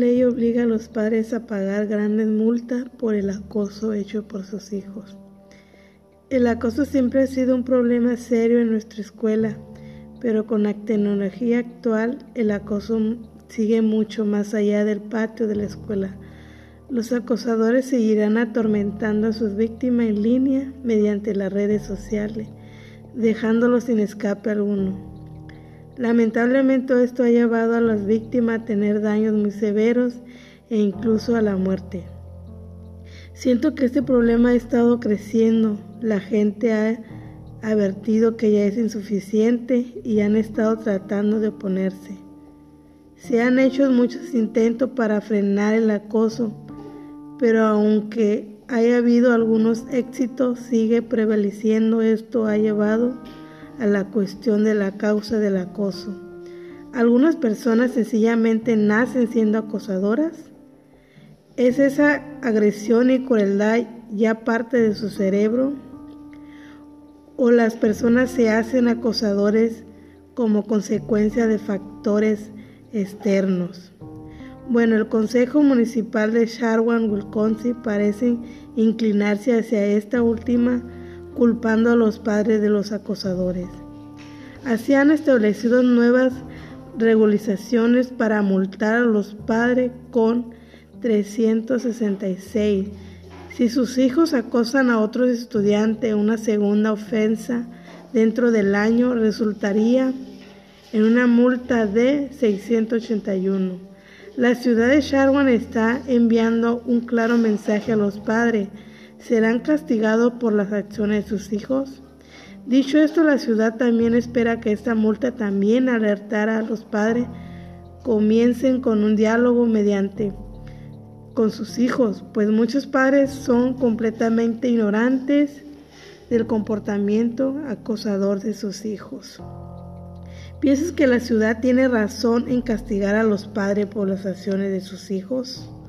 ley obliga a los padres a pagar grandes multas por el acoso hecho por sus hijos. El acoso siempre ha sido un problema serio en nuestra escuela, pero con la tecnología actual, el acoso sigue mucho más allá del patio de la escuela. Los acosadores seguirán atormentando a sus víctimas en línea mediante las redes sociales, dejándolos sin escape alguno. Lamentablemente esto ha llevado a las víctimas a tener daños muy severos e incluso a la muerte. Siento que este problema ha estado creciendo. La gente ha advertido que ya es insuficiente y han estado tratando de oponerse. Se han hecho muchos intentos para frenar el acoso, pero aunque haya habido algunos éxitos, sigue prevaleciendo. Esto ha llevado a la cuestión de la causa del acoso. Algunas personas sencillamente nacen siendo acosadoras. ¿Es esa agresión y crueldad ya parte de su cerebro? ¿O las personas se hacen acosadores como consecuencia de factores externos? Bueno, el Consejo Municipal de Shawano, Wisconsin, parece inclinarse hacia esta última, culpando a los padres de los acosadores. Así han establecido nuevas regulaciones para multar a los padres con 366. Si sus hijos acosan a otros estudiantes, una segunda ofensa dentro del año resultaría en una multa de 681. La ciudad de Shawano está enviando un claro mensaje a los padres. ¿Serán castigados por las acciones de sus hijos? Dicho esto, la ciudad también espera que esta multa también alertara a los padres, comiencen con un diálogo con sus hijos, pues muchos padres son completamente ignorantes del comportamiento acosador de sus hijos. ¿Piensas que la ciudad tiene razón en castigar a los padres por las acciones de sus hijos?